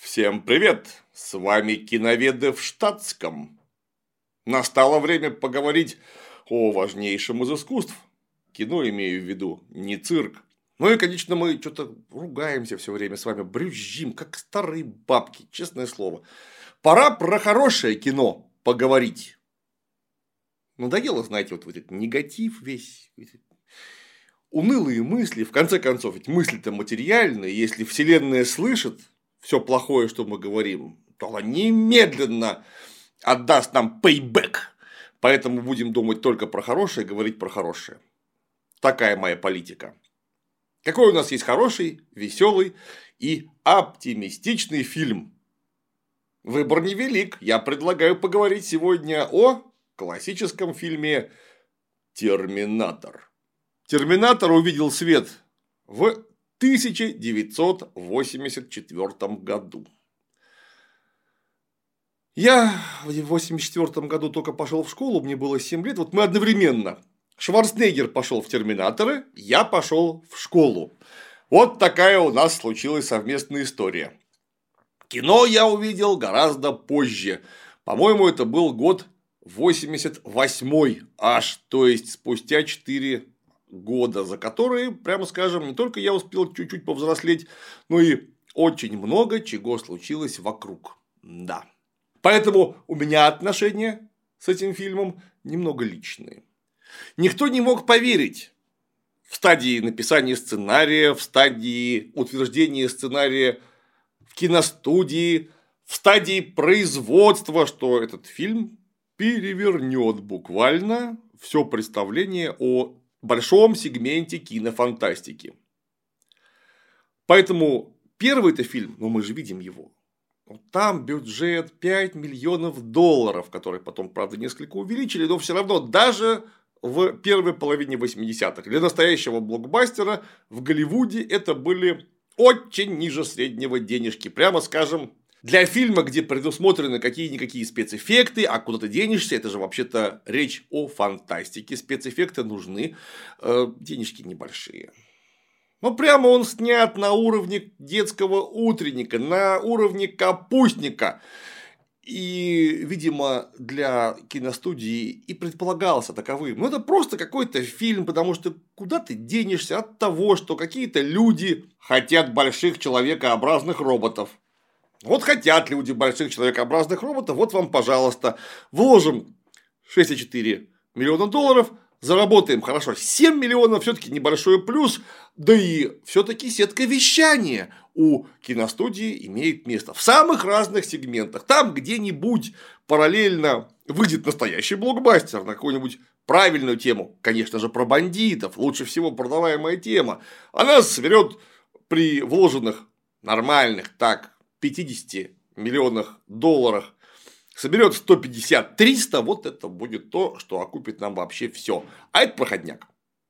Всем привет! С вами киноведы в штатском. Настало время поговорить о важнейшем из искусств. Кино имею в виду, не цирк. Ну и, конечно, мы что-то ругаемся все время с вами, брюзжим, как старые бабки, честное слово. Пора про хорошее кино поговорить. Надоело, знаете, вот этот негатив весь, унылые мысли. В конце концов, ведь мысли-то материальные, если Вселенная слышит все плохое, что мы говорим, то она немедленно отдаст нам payback. Поэтому будем думать только про хорошее, говорить про хорошее. Такая моя политика. Какой у нас есть хороший, веселый и оптимистичный фильм? Выбор невелик. Я предлагаю поговорить сегодня о классическом фильме «Терминатор». «Терминатор» увидел свет в 1984 году. Я в 1984 году только пошел в школу, мне было 7 лет, вот мы одновременно. Шварценеггер пошел в «Терминаторы», я пошел в школу. Вот такая у нас случилась совместная история. Кино я увидел гораздо позже. По-моему, это был год 88-й аж, то есть спустя 4 года, за которые, прямо скажем, не только я успел чуть-чуть повзрослеть, но и очень много чего случилось вокруг. Да. Поэтому у меня отношения с этим фильмом немного личные. Никто не мог поверить в стадии написания сценария, в стадии утверждения сценария в киностудии, в стадии производства, что этот фильм перевернет буквально все представление о большом сегменте кинофантастики. Поэтому первый-то фильм, ну мы же видим его, там бюджет 5 миллионов долларов, который потом, правда, несколько увеличили, но все равно даже в первой половине 80-х для настоящего блокбастера в Голливуде это были очень ниже среднего денежки, прямо скажем. Для фильма, где предусмотрены какие-никакие спецэффекты, а куда ты денешься, это же вообще-то речь о фантастике, спецэффекты нужны, денежки небольшие. Ну, прямо он снят на уровне детского утренника, на уровне капустника. И, видимо, для киностудии и предполагался таковым. Ну, это просто какой-то фильм, потому что куда ты денешься от того, что какие-то люди хотят больших человекообразных роботов. Вот хотят люди больших человекообразных роботов, вот вам, пожалуйста, вложим 6,4 миллиона долларов, заработаем хорошо 7 миллионов, все-таки небольшой плюс, да и все-таки сетка вещания у киностудии имеет место в самых разных сегментах. Там где-нибудь параллельно выйдет настоящий блокбастер на какую-нибудь правильную тему, конечно же, про бандитов, лучше всего продаваемая тема. Она соберет при вложенных нормальных, так, 50 миллионах долларов, соберет 150-300, вот это будет то, что окупит нам вообще все. А это проходняк.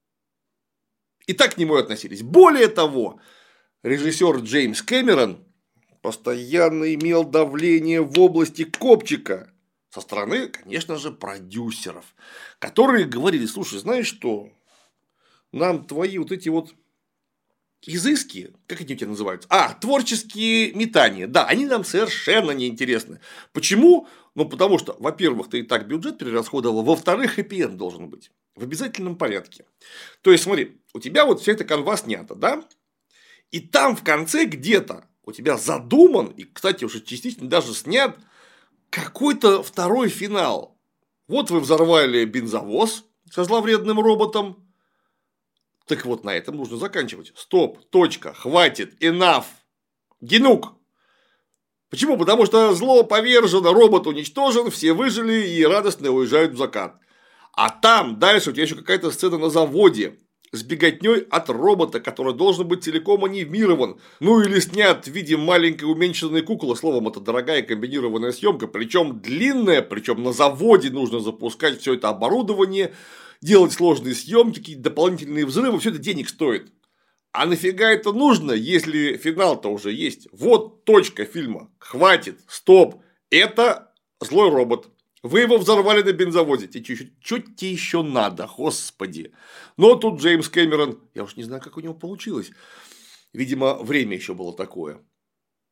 И так к нему и относились. Более того, режиссер Джеймс Кэмерон постоянно имел давление в области копчика со стороны, конечно же, продюсеров, которые говорили: слушай, знаешь что, нам твои вот эти вот изыски, как они у тебя называются? Творческие метания. Да, они нам совершенно не интересны. Почему? Ну, потому что, во-первых, ты и так бюджет перерасходовал, во-вторых, хэппи-энд должен быть в обязательном порядке. То есть, смотри, у тебя вот вся эта канва снята, да? И там в конце где-то у тебя задуман, и, кстати, уже частично даже снят какой-то второй финал. Вот вы взорвали бензовоз со зловредным роботом. Так вот, на этом нужно заканчивать. Стоп, точка, хватит, enough. Генук. Почему? Потому что зло повержено, робот уничтожен, все выжили и радостно уезжают в закат. А там дальше у тебя еще какая-то сцена на заводе с беготней от робота, который должен быть целиком анимирован. Ну или снят в виде маленькой уменьшенной куклы. Словом, это дорогая комбинированная съемка, причем длинная, причем на заводе нужно запускать все это оборудование, делать сложные съемки, какие-то дополнительные взрывы, все это денег стоит. А нафига это нужно, если финал-то уже есть? Вот точка фильма. Хватит, стоп. Это злой робот. Вы его взорвали на бензовозе. Что тебе еще надо, господи. Но тут Джеймс Кэмерон, я уж не знаю, как у него получилось. Видимо, время еще было такое.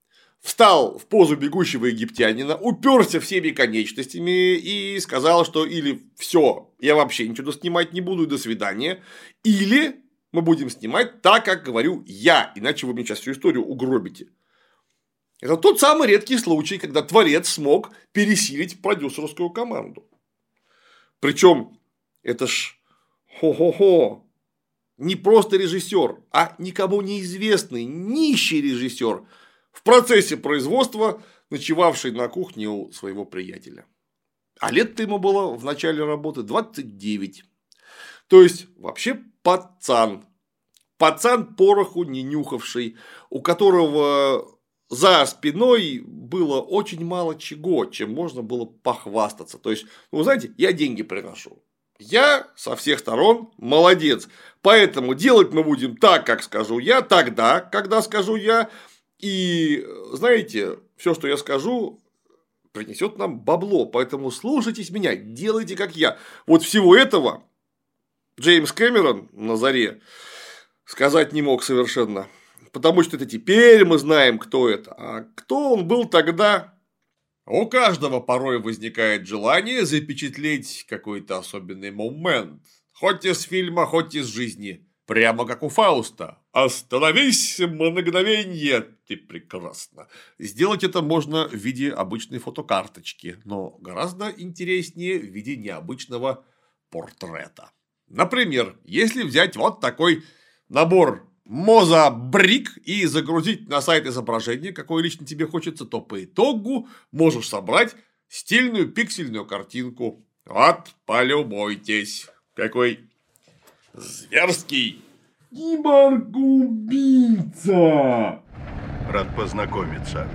встал в позу бегущего египтянина, уперся всеми конечностями и сказал, что или все, я вообще ничего снимать не буду, и до свидания, или мы будем снимать так, как говорю я, иначе вы мне сейчас всю историю угробите. Это тот самый редкий случай, когда творец смог пересилить продюсерскую команду. Причем это ж хо-хо-хо, не просто режиссер, а никому неизвестный нищий режиссер, в процессе производства ночевавший на кухне у своего приятеля. А лет-то ему было в начале работы 29. То есть вообще пацан. Пацан пороху не нюхавший, у которого за спиной было очень мало чего, чем можно было похвастаться. То есть, вы знаете, я деньги приношу. Я со всех сторон молодец. Поэтому делать мы будем так, как скажу я, тогда, когда скажу я. И знаете, все, что я скажу, принесет нам бабло. Поэтому слушайтесь меня, делайте как я. Вот всего этого Джеймс Кэмерон на заре сказать не мог совершенно. Потому что это теперь мы знаем, кто это. А кто он был тогда? У каждого порой возникает желание запечатлеть какой-то особенный момент. Хоть из фильма, хоть из жизни. Прямо как у Фауста. Остановись, мгновенье, ты прекрасна. Сделать это можно в виде обычной фотокарточки, но гораздо интереснее в виде необычного портрета. Например, если взять вот такой набор Мозабрик и загрузить на сайт изображение, какое лично тебе хочется, то по итогу можешь собрать стильную пиксельную картинку. Вот, полюбуйтесь. Какой зверский киборг-убийца. Рад познакомиться.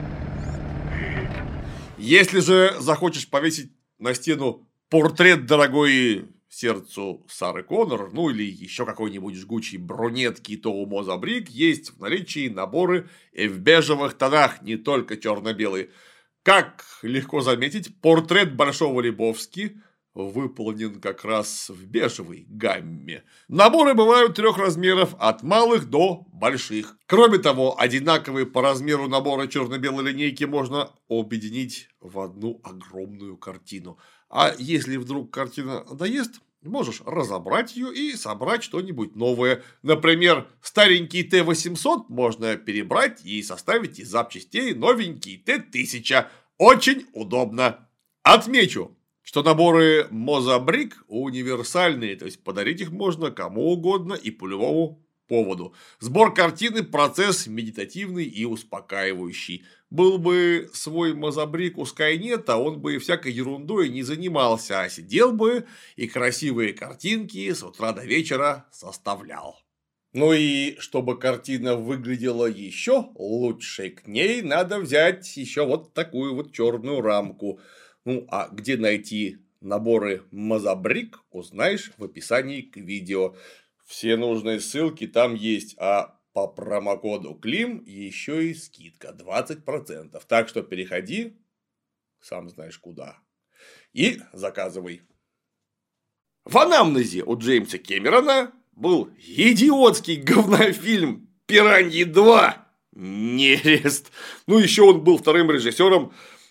Если же захочешь повесить на стену портрет дорогой сердцу Сары Коннор, ну или еще какой-нибудь жгучей брюнетки, то у Мозабрик есть в наличии наборы и в бежевых тонах, не только черно-белые. Как легко заметить, портрет Большого Лебовски выполнен как раз в бежевой гамме. Наборы бывают 3 размеров, от малых до больших. Кроме того, одинаковые по размеру наборы черно-белой линейки можно объединить в одну огромную картину. А если вдруг картина надоест, можешь разобрать ее и собрать что-нибудь новое. Например, старенький Т-800 можно перебрать и составить из запчастей новенький Т-1000. Очень удобно. Отмечу, что наборы Мозабрик универсальные, то есть подарить их можно кому угодно и по любому поводу. Сбор картины – процесс медитативный и успокаивающий. Был бы свой Мозабрик у Скайнета, он бы всякой ерундой не занимался, а сидел бы и красивые картинки с утра до вечера составлял. Ну и чтобы картина выглядела еще лучше, к ней надо взять еще вот такую вот черную рамку. Ну, а где найти наборы Мозабрик, узнаешь в описании к видео. Все нужные ссылки там есть, а по промокоду КЛИМ еще и скидка 20%. Так что переходи, сам знаешь куда, и заказывай. В анамнезе у Джеймса Кэмерона был идиотский говнофильм «Пираньи 2. Нерест». Ну, еще он был вторым режиссером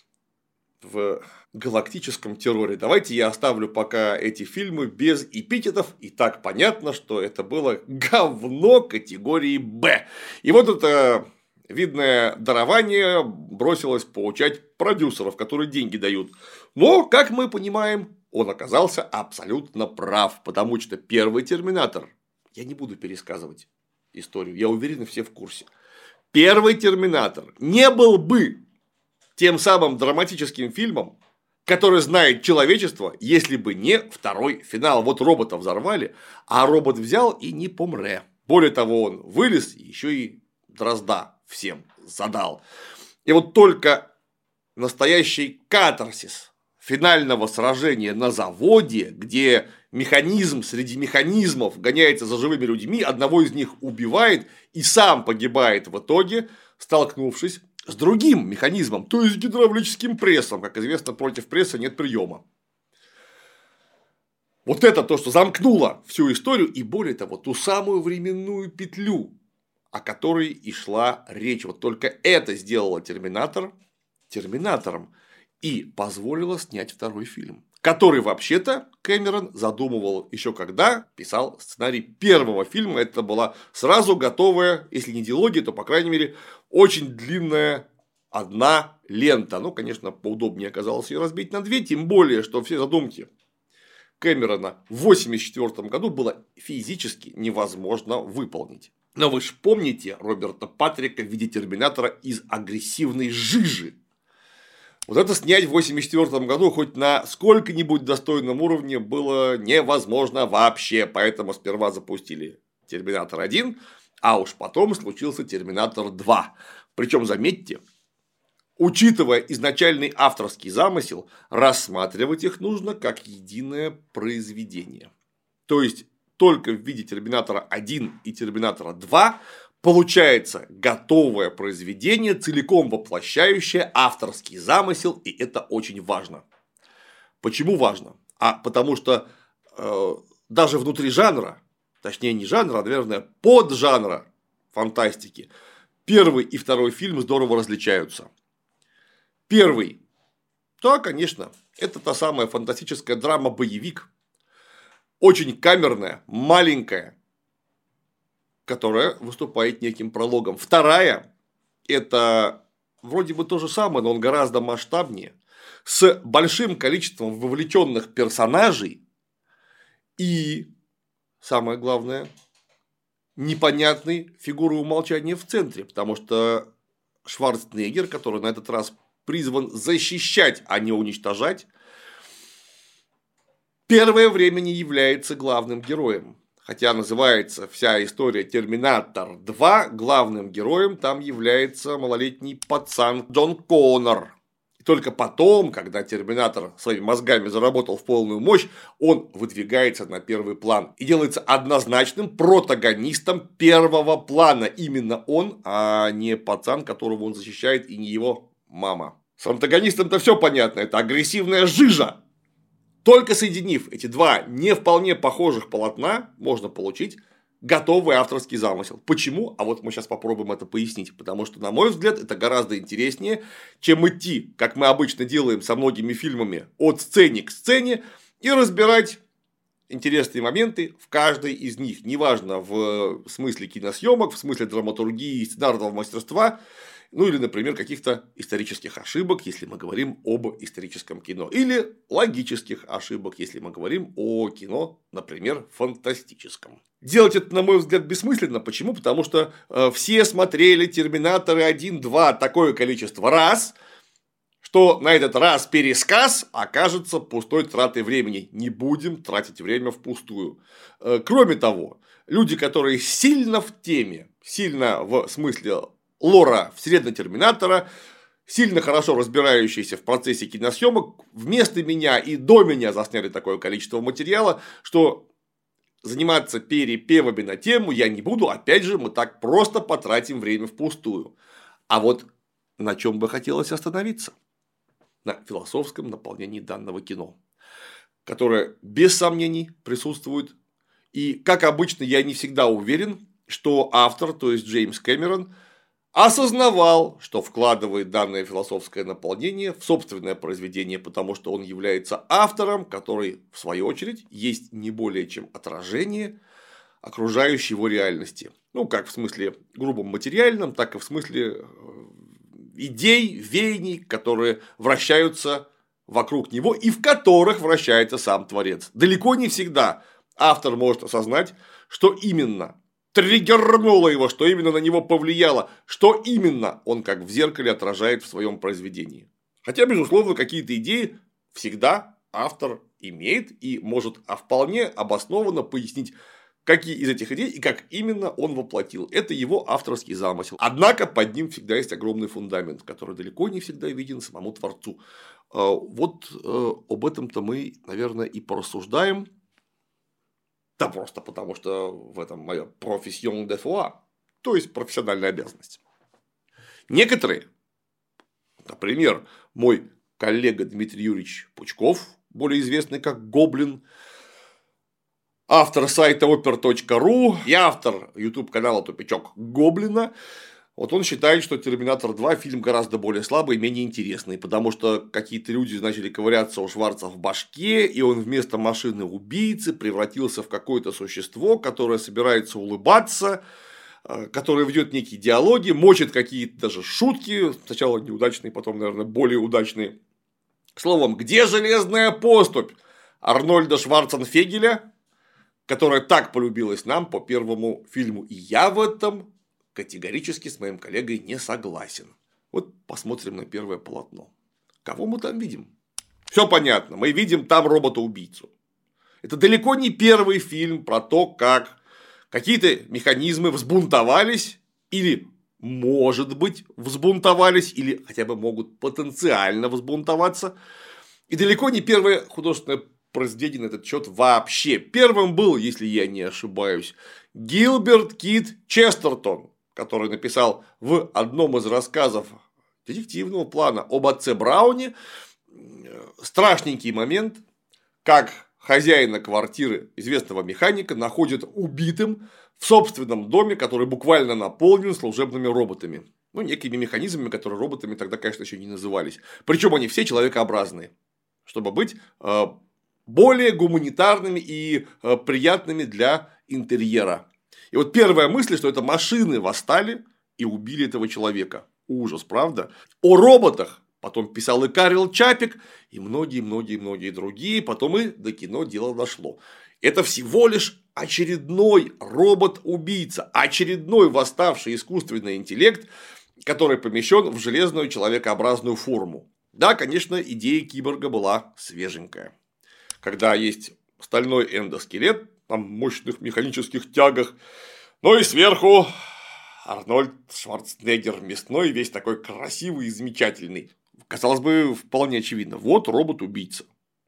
в галактическом терроре. Давайте я оставлю пока эти фильмы без эпитетов. И так понятно, что это было говно категории Б. И вот это видное дарование бросилось поучать продюсеров, которые деньги дают. Но, как мы понимаем, он оказался абсолютно прав. Потому что первый «Терминатор», я не буду пересказывать историю, я уверен, все в курсе. Первый «Терминатор» не был бы тем самым драматическим фильмом, который знает человечество, если бы не второй финал. Вот робота взорвали, а робот взял и не помре. Более того, он вылез и еще и дрозда всем задал. И вот только настоящий катарсис финального сражения на заводе, где механизм среди механизмов гоняется за живыми людьми, одного из них убивает и сам погибает в итоге, столкнувшись с другим механизмом, то есть гидравлическим прессом. Как известно, против пресса нет приема. Вот это то, что замкнуло всю историю, и более того, ту самую временную петлю, о которой и шла речь. Вот только это сделало «Терминатор» терминатором и позволило снять второй фильм, который вообще-то Кэмерон задумывал еще когда писал сценарий первого фильма. Это была сразу готовая, если не диалогия, то, по крайней мере, очень длинная одна лента. Ну, конечно, поудобнее оказалось ее разбить на две, тем более, что все задумки Кэмерона в 1984 году было физически невозможно выполнить. Но вы же помните Роберта Патрика в виде Терминатора из агрессивной жижи. Вот это снять в 1984 году хоть на сколько-нибудь достойном уровне было невозможно вообще. Поэтому сперва запустили Терминатор 1, а уж потом случился Терминатор 2. Причем, заметьте, учитывая изначальный авторский замысел, рассматривать их нужно как единое произведение. То есть, только в виде Терминатора 1 и Терминатора 2 получается готовое произведение, целиком воплощающее авторский замысел, и это очень важно. Почему важно? Потому что даже внутри жанра, точнее не жанра, а, наверное, поджанра фантастики, первый и второй фильм здорово различаются. Первый, да, конечно, это та самая фантастическая драма-боевик, очень камерная, маленькая, которая выступает неким прологом. Вторая – это вроде бы то же самое, но он гораздо масштабнее, с большим количеством вовлеченных персонажей и, самое главное, непонятной фигуры умолчания в центре, потому что Шварценеггер, который на этот раз призван защищать, а не уничтожать, первое время не является главным героем. Хотя называется вся история «Терминатор 2», главным героем там является малолетний пацан Джон Коннор. И только потом, когда Терминатор своими мозгами заработал в полную мощь, он выдвигается на первый план и делается однозначным протагонистом первого плана. Именно он, а не пацан, которого он защищает, и не его мама. С антагонистом-то все понятно, это агрессивная жижа. Только соединив эти два не вполне похожих полотна, можно получить готовый авторский замысел. Почему? А вот мы сейчас попробуем это пояснить. Потому что, на мой взгляд, это гораздо интереснее, чем идти, как мы обычно делаем со многими фильмами, от сцены к сцене и разбирать интересные моменты в каждой из них. Неважно в смысле киносъемок, в смысле драматургии и сценарного мастерства. Ну, или, например, каких-то исторических ошибок, если мы говорим об историческом кино. Или логических ошибок, если мы говорим о кино, например, фантастическом. Делать это, на мой взгляд, бессмысленно. Почему? Потому что все смотрели «Терминаторы 1», 2 такое количество раз, что на этот раз пересказ окажется пустой тратой времени. Не будем тратить время впустую. Кроме того, люди, которые сильно в теме, сильно в смысле лора вселенной Терминатора, сильно хорошо разбирающиеся в процессе киносъемок, вместо меня и до меня засняли такое количество материала, что заниматься перепевами на тему я не буду. Опять же, мы так просто потратим время впустую. А вот на чем бы хотелось остановиться? На философском наполнении данного кино, которое без сомнений присутствует. И, как обычно, я не всегда уверен, что автор, то есть Джеймс Кэмерон, осознавал, что вкладывает данное философское наполнение в собственное произведение, потому что он является автором, который, в свою очередь, есть не более чем отражение окружающей его реальности. Ну, как в смысле грубом материальном, так и в смысле идей, веяний, которые вращаются вокруг него и в которых вращается сам творец. Далеко не всегда автор может осознать, что именно триггернуло его, что именно на него повлияло, что именно он как в зеркале отражает в своем произведении. Хотя, безусловно, какие-то идеи всегда автор имеет и может вполне обоснованно пояснить, какие из этих идей и как именно он воплотил. Это его авторский замысел. Однако под ним всегда есть огромный фундамент, который далеко не всегда виден самому творцу. Вот об этом-то мы, наверное, и порассуждаем. Да просто потому, что в этом моя профессион де foi, то есть профессиональная обязанность. Некоторые, например, мой коллега Дмитрий Юрьевич Пучков, более известный как Гоблин, автор сайта oper.ru и автор YouTube-канала «Тупичок Гоблина». Вот он считает, что «Терминатор 2» фильм гораздо более слабый и менее интересный, потому что какие-то люди начали ковыряться у Шварца в башке, и он вместо машины-убийцы превратился в какое-то существо, которое собирается улыбаться, которое ведет некие диалоги, мочит какие-то даже шутки, сначала неудачные, потом, наверное, более удачные. Словом, где железная поступь Арнольда Шварценфегеля, которая так полюбилась нам по первому фильму? И я в этом категорически с моим коллегой не согласен. Вот посмотрим на первое полотно. Кого мы там видим? Все понятно. Мы видим там робота-убийцу. Это далеко не первый фильм про то, как какие-то механизмы взбунтовались или, может быть, взбунтовались, или хотя бы могут потенциально взбунтоваться. И далеко не первое художественное произведение на этот счет вообще. Первым был, если я не ошибаюсь, Гилберт Кит Честертон, который написал в одном из рассказов детективного плана об отце Брауне страшненький момент, как хозяина квартиры известного механика находят убитым в собственном доме, который буквально наполнен служебными роботами. Ну, некими механизмами, которые роботами тогда, конечно, еще не назывались. Причем они все человекообразные, чтобы быть более гуманитарными и приятными для интерьера. И вот первая мысль, что это машины восстали и убили этого человека. Ужас, правда? О роботах потом писал и Карл Чапик, и многие другие. Потом и до кино дело дошло. Это всего лишь очередной робот-убийца, очередной восставший искусственный интеллект, который помещен в железную человекообразную форму. Да, конечно, идея киборга была свеженькая. Когда есть стальной эндоскелет на мощных механических тягах, ну и сверху Арнольд Шварценеггер мясной, весь такой красивый и замечательный. Казалось бы, вполне очевидно. Вот робот-убийца.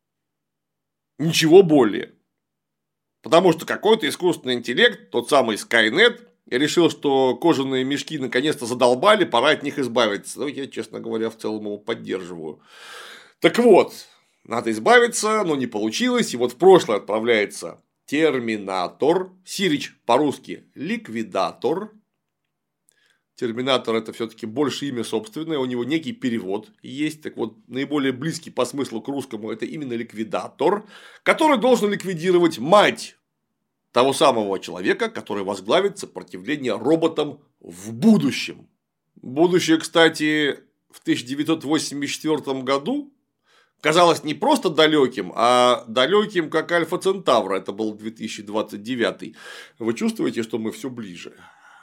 Ничего более. Потому что какой-то искусственный интеллект, тот самый Skynet, решил, что кожаные мешки наконец-то задолбали, пора от них избавиться. Ну, я, честно говоря, в целом его поддерживаю. Так вот, надо избавиться, но не получилось. И вот в прошлое отправляется Терминатор, Сирич по-русски Ликвидатор. Терминатор — это все-таки больше имя собственное, у него некий перевод есть. Так вот, наиболее близкий по смыслу к русскому — это именно ликвидатор, который должен ликвидировать мать того самого человека, который возглавит сопротивление роботам в будущем. Будущее, кстати, в 1984 году казалось не просто далеким, а далеким как Альфа Центавра. Это был 2029. Вы чувствуете, что мы все ближе?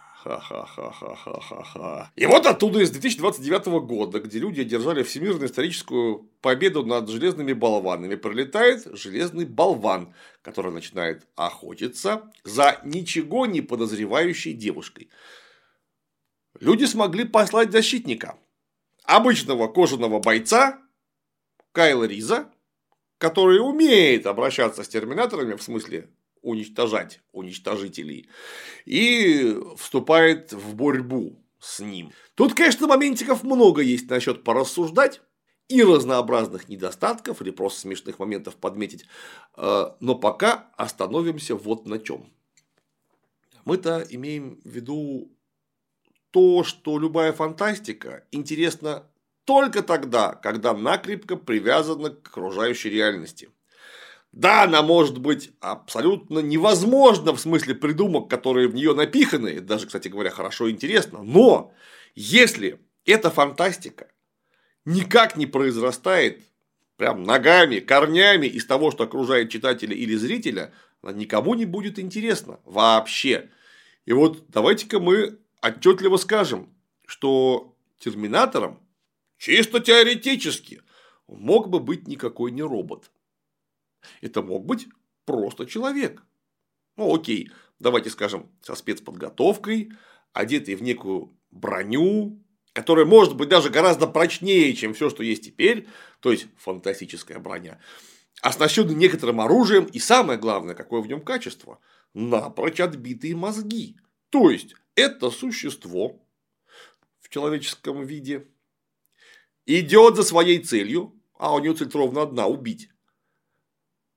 Ха-ха-ха-ха-ха-ха. И вот оттуда из 2029 года, где люди одержали всемирную историческую победу над железными болванами, прилетает железный болван, который начинает охотиться за ничего не подозревающей девушкой. Люди смогли послать защитника, обычного кожаного бойца Кайла Риза, который умеет обращаться с терминаторами, в смысле уничтожать уничтожителей, и вступает в борьбу с ним. Тут, конечно, моментиков много есть насчет порассуждать и разнообразных недостатков, или просто смешных моментов подметить, но пока остановимся вот на чем. Мы-то имеем в виду то, что любая фантастика интересна только тогда, когда накрепко привязана к окружающей реальности. Да, она может быть абсолютно невозможна в смысле придумок, которые в нее напиханы, даже, кстати говоря, хорошо и интересно, но если эта фантастика никак не произрастает прям ногами, корнями из того, что окружает читателя или зрителя, она никому не будет интересна вообще. И вот давайте-ка мы отчетливо скажем, что терминатором чисто теоретически мог бы быть никакой не робот. Это мог быть просто человек. Ну, окей, давайте скажем, со спецподготовкой, одетый в некую броню, которая может быть даже гораздо прочнее, чем все, что есть теперь, то есть фантастическая броня, оснащенный некоторым оружием, и самое главное, какое в нем качество, напрочь отбитые мозги. То есть это существо в человеческом виде идет за своей целью, а у него цель ровно одна — убить.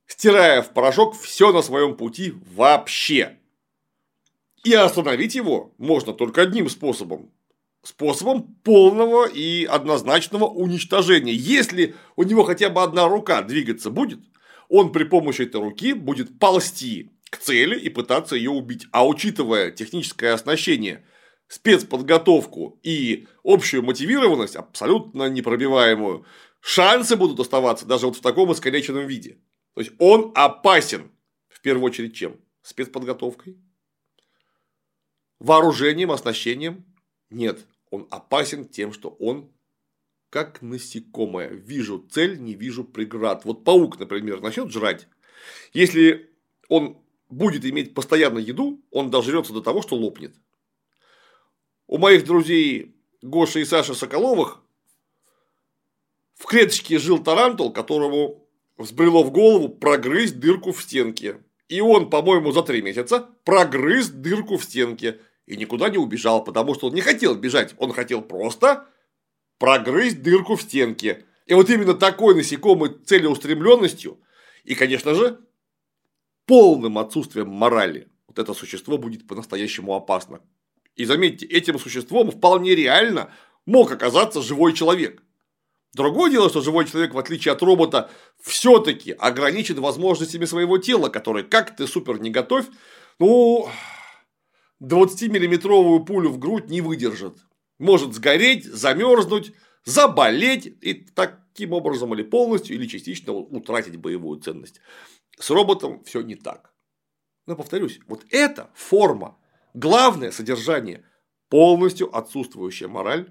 стирая в порошок все на своем пути вообще. И остановить его можно только одним способом. Способом полного и однозначного уничтожения. Если у него хотя бы одна рука двигаться будет, он при помощи этой руки будет ползти к цели и пытаться ее убить. А учитывая техническое оснащение, спецподготовку и общую мотивированность, абсолютно непробиваемую, шансы будут оставаться даже вот в таком искалеченном виде. То есть он опасен в первую очередь чем? Спецподготовкой? Вооружением, оснащением? Нет, он опасен тем, что он как насекомое. Вижу цель, не вижу преград. Вот паук, например, начнет жрать. Если он будет иметь постоянно еду, он дожрется до того, что лопнет. У моих друзей Гоши и Саши Соколовых в клеточке жил тарантул, которому взбрело в голову прогрызть дырку в стенке. И он, по-моему, за 3 месяца прогрыз дырку в стенке. И никуда не убежал, потому что он не хотел бежать. Он хотел просто прогрызть дырку в стенке. И вот именно такой насекомой целеустремленностью и, конечно же, полным отсутствием морали вот это существо будет по-настоящему опасно. И заметьте, этим существом вполне реально мог оказаться живой человек. Другое дело, что живой человек, в отличие от робота, все-таки ограничен возможностями своего тела, которые, как ты супер не готовь, 20-миллиметровую пулю в грудь не выдержит. Может сгореть, замерзнуть, заболеть и таким образом или полностью, или частично утратить боевую ценность. С роботом все не так. Но повторюсь, вот эта форма, главное содержание, полностью отсутствующая мораль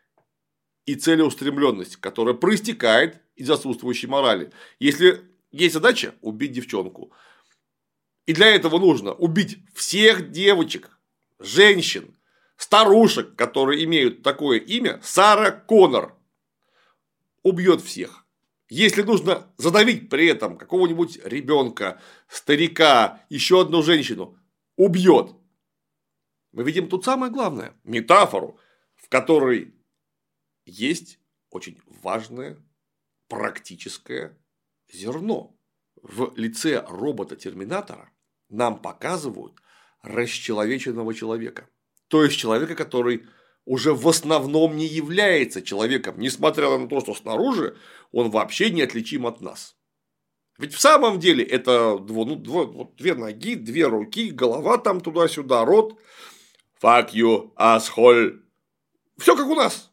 и целеустремленность, которая проистекает из отсутствующей морали. Если есть задача убить девчонку, и для этого нужно убить всех девочек, женщин, старушек, которые имеют такое имя, Сара Коннор, убьет всех. Если нужно задавить при этом какого-нибудь ребенка, старика, еще одну женщину, убьет. Мы видим тут самое главное – метафору, в которой есть очень важное практическое зерно. В лице робота-терминатора нам показывают расчеловеченного человека. То есть человека, который уже в основном не является человеком, несмотря на то, что снаружи он вообще неотличим от нас. Ведь в самом деле это 2 ноги, 2 руки, голова там туда-сюда, рот. Fuck you, asshole. Все как у нас.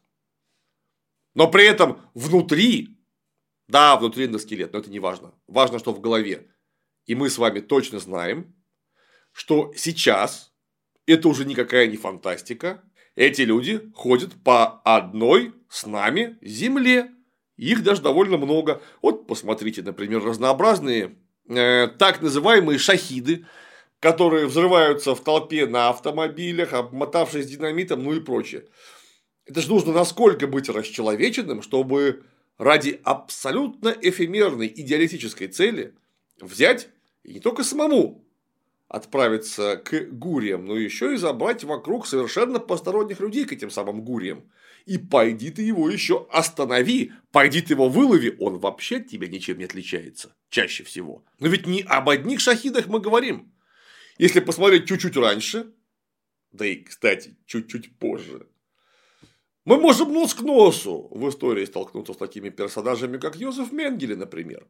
Но при этом внутри, да, внутри эндоскелет, но это не важно. Важно, что в голове. И мы с вами точно знаем, что сейчас это уже никакая не фантастика. Эти люди ходят по одной с нами земле. Их даже довольно много. Вот посмотрите, например, разнообразные так называемые шахиды, которые взрываются в толпе на автомобилях, обмотавшись динамитом, ну и прочее. Это же нужно насколько быть расчеловеченным, чтобы ради абсолютно эфемерной идеалистической цели взять и не только самому отправиться к гурьям, но еще и забрать вокруг совершенно посторонних людей к этим самым гурьям. И пойди ты его еще останови, пойди ты его вылови, он вообще от тебя ничем не отличается, чаще всего. Но ведь не об одних шахидах мы говорим. Если посмотреть чуть-чуть раньше, да и, кстати, чуть-чуть позже, мы можем нос к носу в истории столкнуться с такими персонажами, как Йозеф Менгеле, например.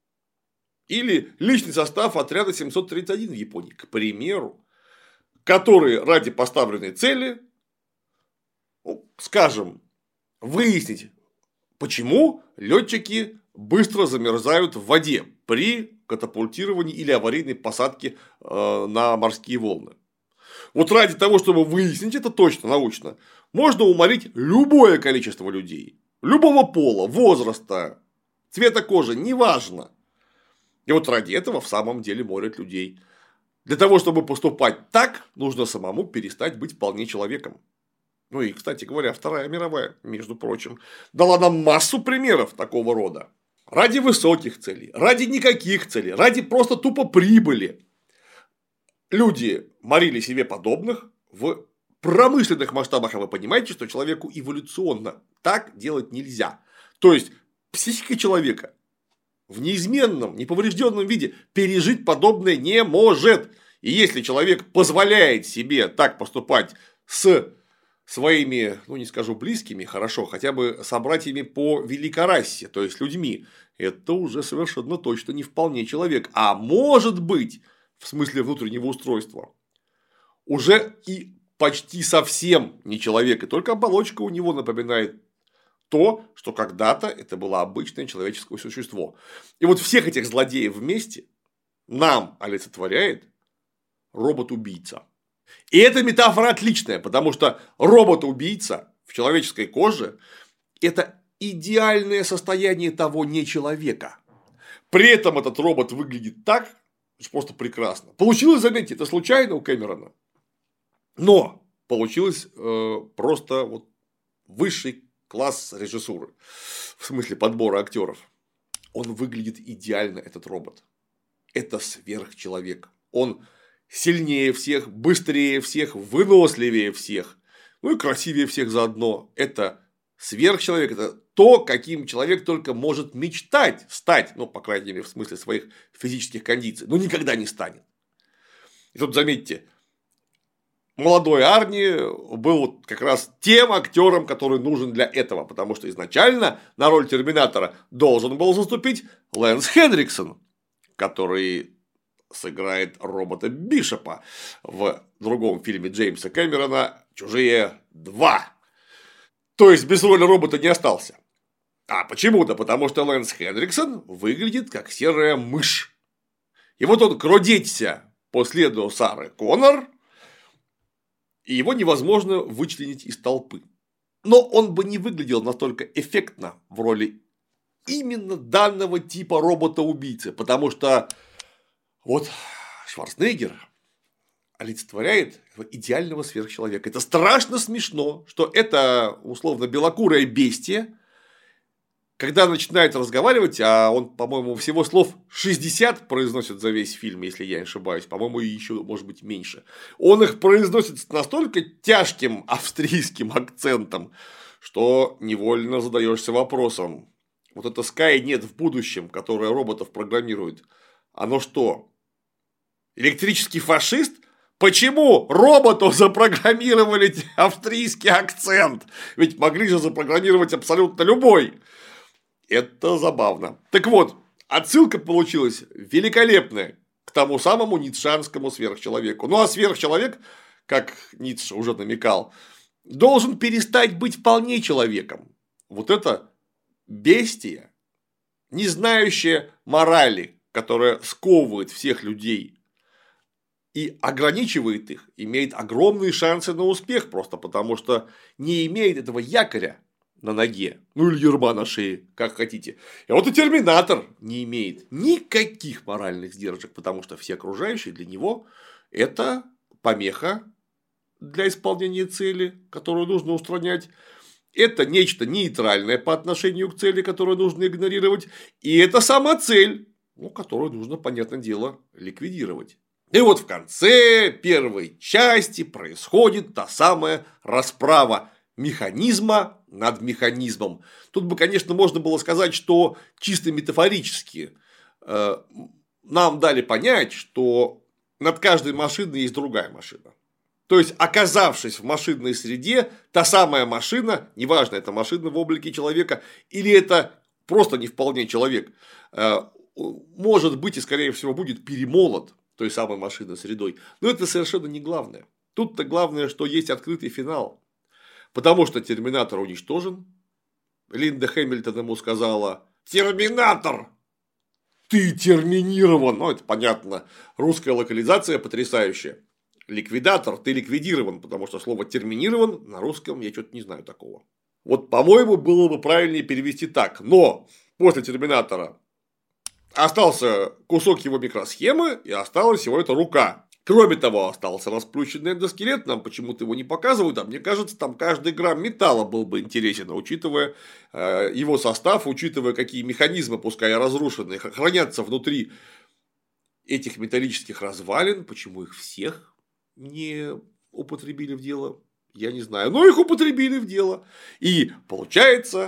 Или личный состав отряда 731 в Японии, к примеру, который ради поставленной цели, скажем, выяснить, почему летчики быстро замерзают в воде при катапультировании или аварийной посадке на морские волны. Вот ради того, чтобы выяснить это точно, научно, можно уморить любое количество людей, любого пола, возраста, цвета кожи, неважно. И вот ради этого в самом деле морят людей. Для того, чтобы поступать так, нужно самому перестать быть вполне человеком. Ну и, кстати говоря, Вторая мировая, между прочим, дала нам массу примеров такого рода. Ради высоких целей, ради никаких целей, ради просто тупо прибыли. Люди морили себе подобных в промышленных масштабах, а вы понимаете, что человеку эволюционно так делать нельзя. То есть, психика человека в неизменном, неповрежденном виде пережить подобное не может. И если человек позволяет себе так поступать с своими, ну не скажу близкими, хорошо, хотя бы собратьями по великорасе, то есть людьми, это уже совершенно точно не вполне человек, а может быть, в смысле внутреннего устройства, уже и почти совсем не человек, и только оболочка у него напоминает то, что когда-то это было обычное человеческое существо. И вот всех этих злодеев вместе нам олицетворяет робот-убийца. И эта метафора отличная, потому что робот-убийца в человеческой коже – это идеальное состояние того нечеловека. При этом этот робот выглядит так, что просто прекрасно. Получилось, заметьте, это случайно у Кэмерона, но получилось просто вот высший класс режиссуры, в смысле подбора актеров. Он выглядит идеально, этот робот. Это сверхчеловек. Он сильнее всех, быстрее всех, выносливее всех, ну и красивее всех заодно. Это сверхчеловек, это то, каким человек только может мечтать стать, ну, по крайней мере, в смысле своих физических кондиций, но никогда не станет. И тут заметьте, молодой Арни был как раз тем актером, который нужен для этого, потому что изначально на роль Терминатора должен был заступить Лэнс Хенриксон, который сыграет робота Бишопа в другом фильме Джеймса Кэмерона «Чужие 2». То есть без роли робота не остался. А почему-то, потому что Лэнс Хенриксон выглядит как серая мышь. И вот он кродеться по следу Сары Коннор, и его невозможно вычленить из толпы. Но он бы не выглядел настолько эффектно в роли именно данного типа робота-убийцы, потому что вот Шварценеггер олицетворяет идеального сверхчеловека. Это страшно смешно, что это условно белокурое бестие, когда начинает разговаривать, а он, по-моему, всего слов 60 произносит за весь фильм, если я не ошибаюсь, по-моему, еще, может быть, меньше. Он их произносит с настолько тяжким австрийским акцентом, что невольно задаешься вопросом: вот это Skynet в будущем, которое роботов программирует, оно что, электрический фашист? Почему роботу запрограммировали австрийский акцент? Ведь могли же запрограммировать абсолютно любой. Это забавно. Так вот, отсылка получилась великолепная к тому самому ницшанскому сверхчеловеку. Ну а сверхчеловек, как Ницше уже намекал, должен перестать быть вполне человеком. Вот это бестия, не знающая морали, которая сковывает всех людей и ограничивает их, имеет огромные шансы на успех, просто потому что не имеет этого якоря на ноге, ну или ерма на шее, как хотите. И вот и Терминатор не имеет никаких моральных сдержек, потому что все окружающие для него – это помеха для исполнения цели, которую нужно устранять. Это нечто нейтральное по отношению к цели, которую нужно игнорировать. И это сама цель, ну, которую нужно, понятное дело, ликвидировать. И вот в конце первой части происходит та самая расправа механизма над механизмом. Тут бы, конечно, можно было сказать, что чисто метафорически нам дали понять, что над каждой машиной есть другая машина. То есть, оказавшись в машинной среде, та самая машина, неважно, это машина в облике человека или это просто не вполне человек, может быть и, скорее всего, будет перемолот той самой машинной средой. Но это совершенно не главное. Тут-то главное, что есть открытый финал. Потому что Терминатор уничтожен. Линда Хэмилтон ему сказала: «Терминатор! Ты терминирован!» Ну, это понятно. Русская локализация потрясающая. Ликвидатор, ты ликвидирован, потому что слово терминирован на русском я что-то не знаю такого. Вот, по-моему, было бы правильнее перевести так. Но после Терминатора остался кусок его микросхемы и осталась его эта рука. Кроме того, остался расплющенный эндоскелет, нам почему-то его не показывают, а мне кажется, там каждый грамм металла был бы интересен, учитывая его состав, учитывая, какие механизмы, пускай и разрушенные, хранятся внутри этих металлических развалин, почему их всех не употребили в дело, я не знаю, но их употребили в дело. И получается,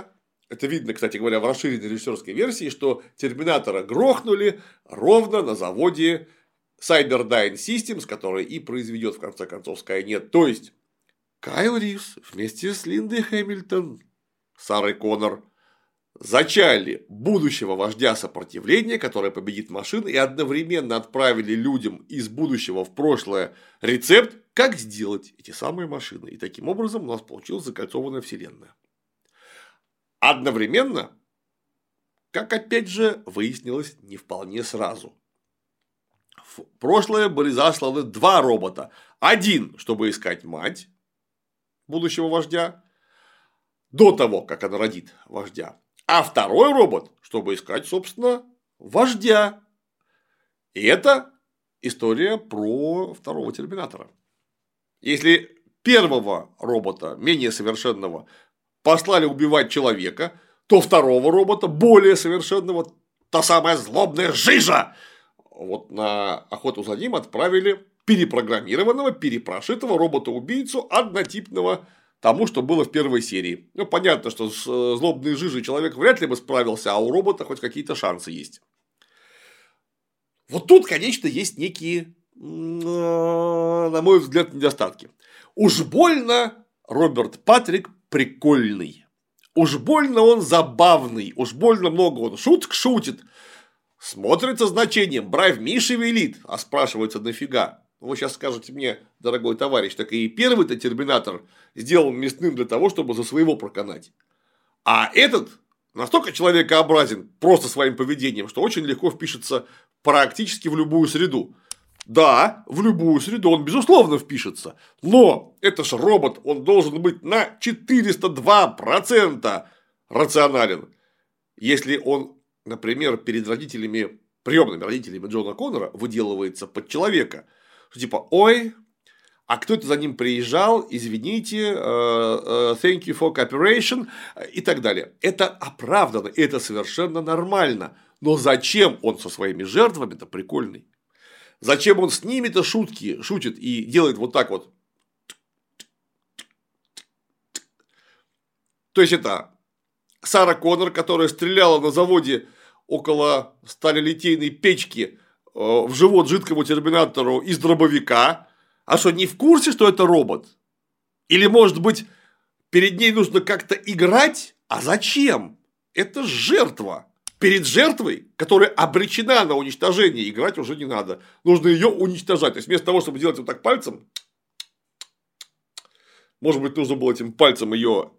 Это видно, кстати говоря, в расширенной режиссерской версии, что Терминатора грохнули ровно на заводе Cyberdyne Systems, который и произведет в конце концов Skynet. То есть Кайл Ривз вместе с Линдой Хэмилтон, Сарой Коннор зачали будущего вождя сопротивления, который победит машин, и одновременно отправили людям из будущего в прошлое рецепт, как сделать эти самые машины. И таким образом у нас получилась закольцованная вселенная. Одновременно, как опять же выяснилось не вполне сразу. В прошлое были засланы два робота. Один, чтобы искать мать будущего вождя, до того, как она родит вождя. А второй робот, чтобы искать, собственно, вождя. И это история про второго Терминатора. Если первого робота, менее совершенного, послали убивать человека, то второго робота, более совершенного, та самая злобная жижа, вот на охоту за ним отправили перепрограммированного, перепрошитого робота-убийцу, однотипного тому, что было в первой серии. Ну, понятно, что с злобной жижей человек вряд ли бы справился, а у робота хоть какие-то шансы есть. Вот тут, конечно, есть некие, на мой взгляд, недостатки. Уж больно Роберт Патрик прикольный. Уж больно он забавный. Уж больно много он шуток шутит. Смотрится значением. Бравь Миша велит. А спрашивается, нафига? Вы сейчас скажете мне, дорогой товарищ, так и первый-то Терминатор сделан мясным для того, чтобы за своего проканать. А этот настолько человекообразен просто своим поведением, что очень легко впишется практически в любую среду. Да, в любую среду он, безусловно, впишется. Но это ж робот, он должен быть на 402% рационален. Если он, например, перед родителями, приемными родителями Джона Коннора выделывается под человека, что типа, ой, а кто это за ним приезжал, извините, thank you for cooperation и так далее. Это оправдано, это совершенно нормально. Но зачем он со своими жертвами-то прикольный? Зачем он с ними-то шутки шутит и делает вот так вот? То есть это Сара Коннор, которая стреляла на заводе около сталелитейной печки в живот жидкому Терминатору из дробовика. А что, не в курсе, что это робот? Или, может быть, перед ней нужно как-то играть? А зачем? Это жертва. Перед жертвой, которая обречена на уничтожение, играть уже не надо. Нужно ее уничтожать. То есть, вместо того, чтобы делать вот так пальцем, может быть, нужно было этим пальцем ее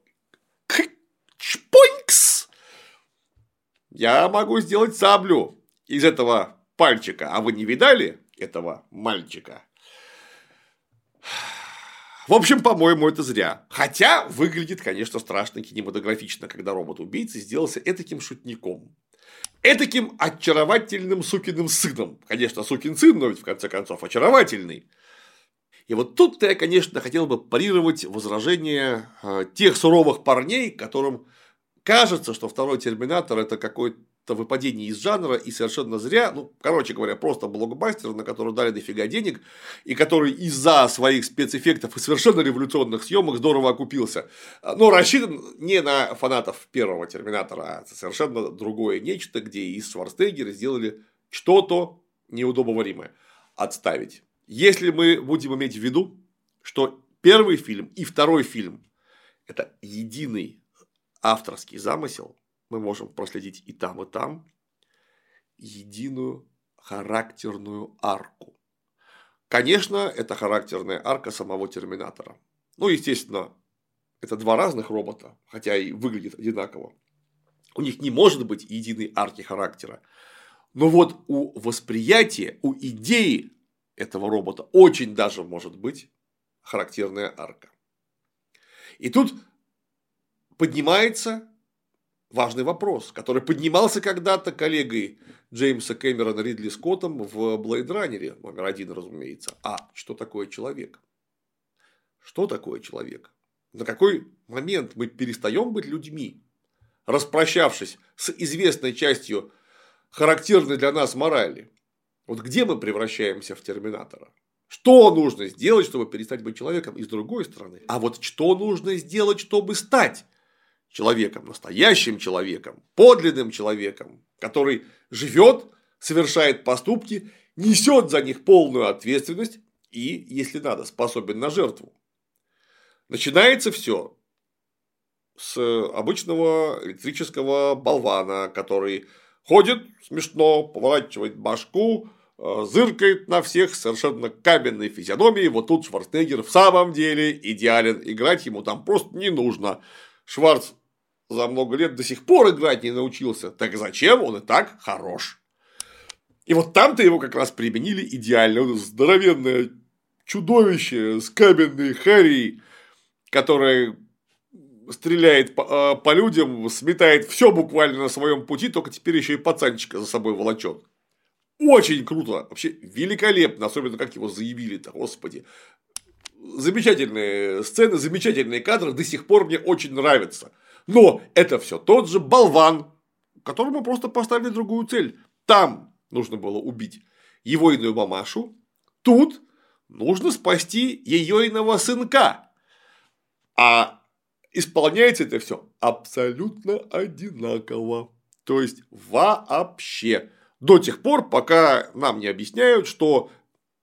чпонькс. Я могу сделать саблю из этого пальчика. А вы не видали этого мальчика? В общем, по-моему, это зря. Хотя выглядит, конечно, страшно кинематографично, когда робот-убийца сделался этаким шутником. Этаким очаровательным сукиным сыном. Конечно, сукин сын, но ведь в конце концов очаровательный. И вот тут-то я, конечно, хотел бы парировать возражения тех суровых парней, которым кажется, что второй Терминатор это какой-то выпадение из жанра и совершенно зря, ну, короче говоря, просто блокбастер, на который дали дофига денег, и который из-за своих спецэффектов и совершенно революционных съемок здорово окупился. Но рассчитан не на фанатов первого Терминатора, а совершенно другое нечто, где из Шварценеггера сделали что-то неудобоваримое. Отставить. Если мы будем иметь в виду, что первый фильм и второй фильм – это единый авторский замысел, мы можем проследить и там единую характерную арку. Конечно, это характерная арка самого Терминатора. Ну, естественно, это два разных робота, хотя и выглядят одинаково. У них не может быть единой арки характера. Но вот у восприятия, у идеи этого робота очень даже может быть характерная арка. И тут поднимается важный вопрос, который поднимался когда-то коллегой Джеймса Кэмерона Ридли Скоттом в Блейд Раннере номер 1, разумеется. А что такое человек? Что такое человек? На какой момент мы перестаем быть людьми, распрощавшись с известной частью характерной для нас морали? Вот где мы превращаемся в Терминатора? Что нужно сделать, чтобы перестать быть человеком? И с другой стороны, а вот что нужно сделать, чтобы стать человеком, настоящим человеком, подлинным человеком, который живет, совершает поступки, несет за них полную ответственность и, если надо, способен на жертву. Начинается все с обычного электрического болвана, который ходит смешно, поворачивает башку, зыркает на всех совершенно каменной физиономией. Вот тут Шварценеггер в самом деле идеален. Играть ему там просто не нужно. Шварц за много лет до сих пор играть не научился. Так зачем? Он и так хорош. И вот там-то его как раз применили идеально. Вот здоровенное чудовище с каменной харей, которое стреляет по людям, сметает все буквально на своем пути, только теперь еще и пацанчика за собой волочет. Очень круто, вообще великолепно, особенно как его заявили-то, господи. Замечательные сцены, замечательные кадры, до сих пор мне очень нравятся. Но это все тот же болван, которому просто поставили другую цель. Там нужно было убить его иную мамашу, тут нужно спасти ее иного сынка. А исполняется это все абсолютно одинаково. То есть вообще. До тех пор, пока нам не объясняют, что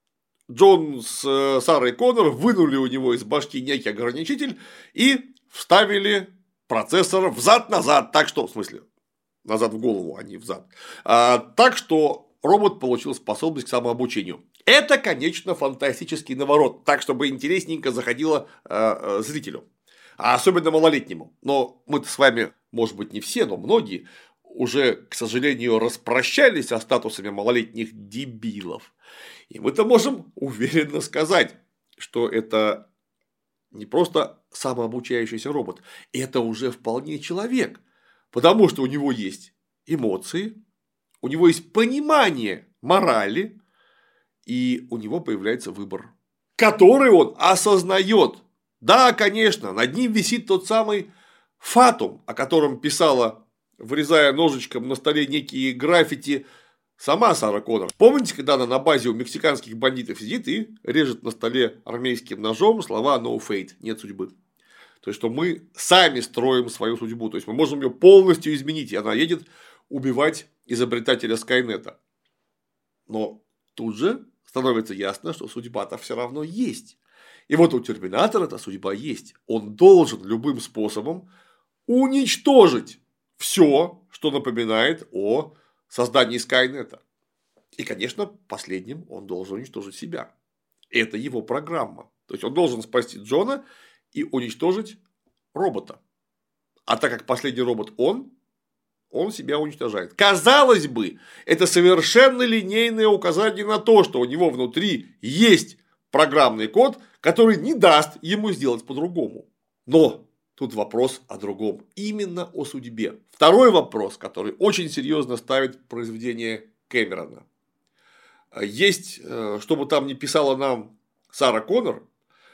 Джон с Сарой Коннор вынули у него из башки некий ограничитель и вставили процессор взад-назад. Так что, в смысле, назад в голову, а не взад. Так что робот получил способность к самообучению. Это, конечно, фантастический наворот. Так, чтобы интересненько заходило зрителю. А особенно малолетнему. Но мы-то с вами, может быть, не все, но многие уже, к сожалению, распрощались со статусами малолетних дебилов. И мы-то можем уверенно сказать, что это не просто самообучающийся робот, это уже вполне человек. Потому что у него есть эмоции, у него есть понимание морали, и у него появляется выбор, который он осознает. Да, конечно, над ним висит тот самый фатум, о котором писала, вырезая ножичком на столе некие граффити, сама Сара Коннор. Помните, когда она на базе у мексиканских бандитов сидит и режет на столе армейским ножом слова "no fate", нет судьбы. То есть, что мы сами строим свою судьбу. То есть, мы можем ее полностью изменить, и она едет убивать изобретателя Скайнета. Но тут же становится ясно, что судьба-то все равно есть. И вот у Терминатора эта судьба есть. Он должен любым способом уничтожить все, что напоминает о создании Скайнета. И, конечно, последним он должен уничтожить себя. Это его программа. То есть, он должен спасти Джона и уничтожить робота. А так как последний робот он себя уничтожает. Казалось бы, это совершенно линейное указание на то, что у него внутри есть программный код, который не даст ему сделать по-другому. Но тут вопрос о другом. Именно о судьбе. Второй вопрос, который очень серьезно ставит произведение Кэмерона. Есть, что бы там ни писала нам Сара Коннор,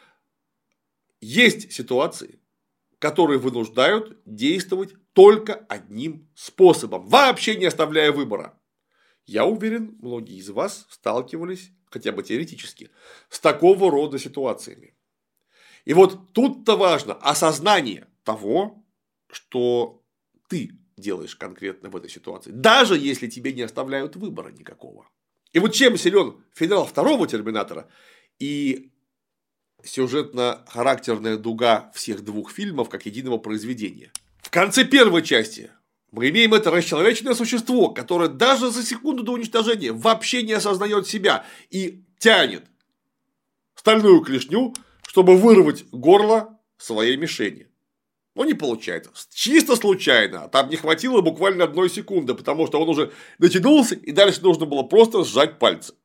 есть ситуации, которые вынуждают действовать только одним способом, вообще не оставляя выбора. Я уверен, многие из вас сталкивались, хотя бы теоретически, с такого рода ситуациями. И вот тут-то важно осознание того, что ты делаешь конкретно в этой ситуации, даже если тебе не оставляют выбора никакого. И вот чем силен финал второго Терминатора и сюжетно-характерная дуга всех двух фильмов как единого произведения. В конце первой части мы имеем это расчеловеченное существо, которое даже за секунду до уничтожения вообще не осознает себя и тянет стальную клешню, чтобы вырвать горло своей мишени. Но не получается. Чисто случайно. Там не хватило буквально 1 секунды, потому что он уже натянулся, и дальше нужно было просто сжать пальцы.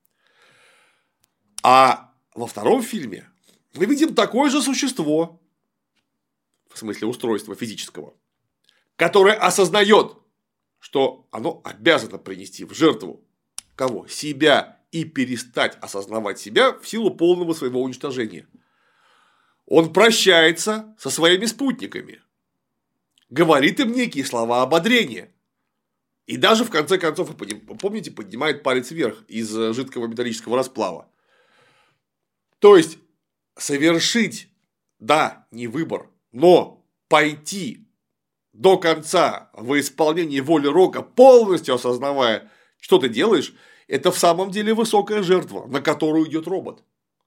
А во втором фильме мы видим такое же существо, в смысле устройства физического, которое осознает, что оно обязано принести в жертву кого? Себя, и перестать осознавать себя в силу полного своего уничтожения. Он прощается со своими спутниками, говорит им некие слова ободрения. И даже в конце концов, помните, поднимает палец вверх из жидкого металлического расплава. То есть, совершить, да, не выбор, но пойти до конца в исполнении воли Рока, полностью осознавая, что ты делаешь, это в самом деле высокая жертва, на которую идет робот.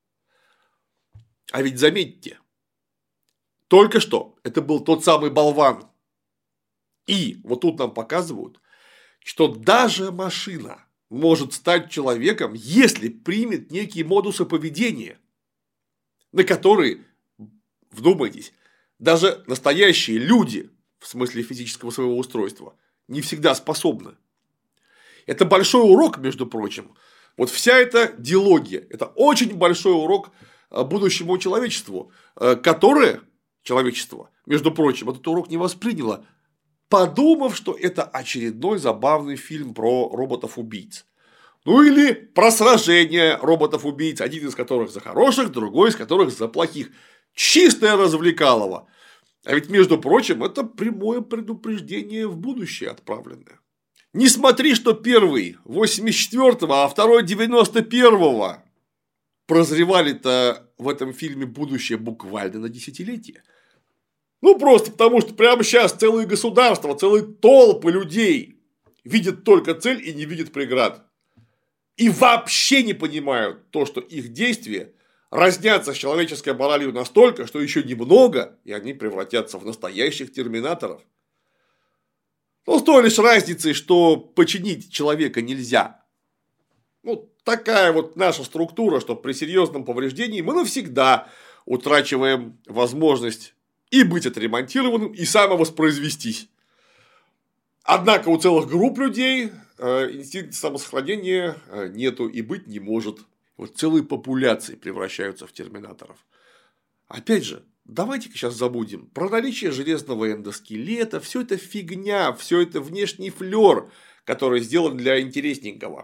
А ведь заметьте, только что это был тот самый болван. И вот тут нам показывают, что даже машина может стать человеком, если примет некие модусы поведения, на которые, вдумайтесь, даже настоящие люди, в смысле физического своего устройства, не всегда способны. Это большой урок, между прочим. Вот вся эта диалогия – это очень большой урок будущему человечеству, которое человечество, между прочим, этот урок не восприняло, подумав, что это очередной забавный фильм про роботов-убийц. Ну или про сражение роботов-убийц, один из которых за хороших, другой из которых за плохих. Чистое развлекалово. А ведь, между прочим, это прямое предупреждение в будущее отправленное. Не смотри, что первый 84-го, а второй 91-го. Прозревали-то в этом фильме будущее буквально на десятилетие. Ну, просто потому, что прямо сейчас целые государства, целые толпы людей видят только цель и не видят преград. И вообще не понимают то, что их действия разнятся с человеческой моралью настолько, что еще немного, и они превратятся в настоящих терминаторов. Ну, с той лишь разницей, что починить человека нельзя. Ну, такая вот наша структура, что при серьезном повреждении мы навсегда утрачиваем возможность и быть отремонтированным, и самовоспроизвестись. Однако у целых групп людей инстинкта самосохранения нету и быть не может. Вот целые популяции превращаются в терминаторов. Опять же, давайте-ка сейчас забудем про наличие железного эндоскелета. Все это фигня, все это внешний флер, который сделан для интересненького.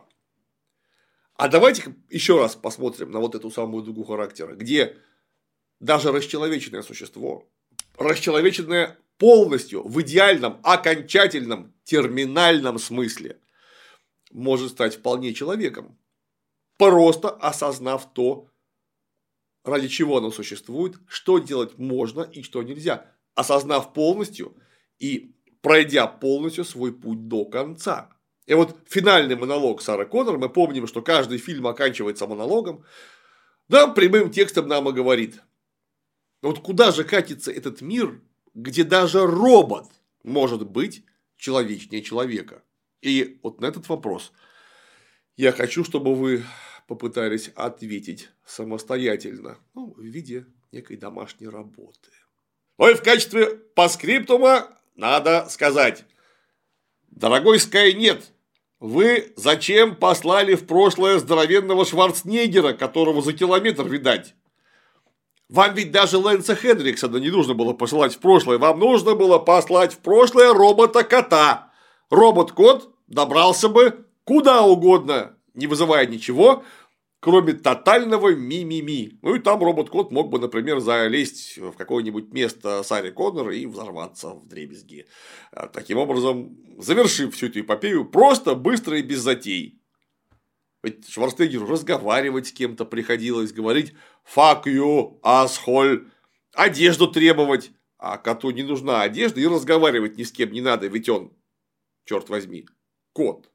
А давайте-ка еще раз посмотрим на вот эту самую дугу характера, где даже расчеловеченное существо, расчеловеченное полностью, в идеальном, окончательном, терминальном смысле, может стать вполне человеком, просто осознав то, ради чего оно существует, что делать можно и что нельзя, осознав полностью и пройдя полностью свой путь до конца. И вот финальный монолог Сары Коннор, мы помним, что каждый фильм оканчивается монологом, да, прямым текстом нам и говорит: вот куда же катится этот мир, где даже робот может быть человечнее человека? И вот на этот вопрос я хочу, чтобы вы попытались ответить самостоятельно, ну, в виде некой домашней работы. Ну и в качестве постскриптума надо сказать: дорогой Скайнет, вы зачем послали в прошлое здоровенного Шварценеггера, которого за километр видать? Вам ведь даже Лэнса Хендриксона не нужно было посылать в прошлое, вам нужно было послать в прошлое робота-кота. Робот-кот добрался бы куда угодно, не вызывая ничего, кроме тотального ми-ми-ми. Ну и там робот-кот мог бы, например, залезть в какое-нибудь место Сары Коннор и взорваться вдребезги. Таким образом, завершив всю эту эпопею просто, быстро и без затей. Ведь Шварценеггеру разговаривать с кем-то приходилось, говорить «fuck you, asshole», одежду требовать, а коту не нужна одежда и разговаривать ни с кем не надо, ведь он, черт возьми, кот.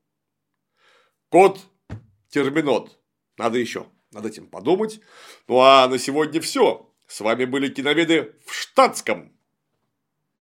Кот-терминот. Надо еще над этим подумать. Ну а на сегодня все. С вами были киноведы в штатском.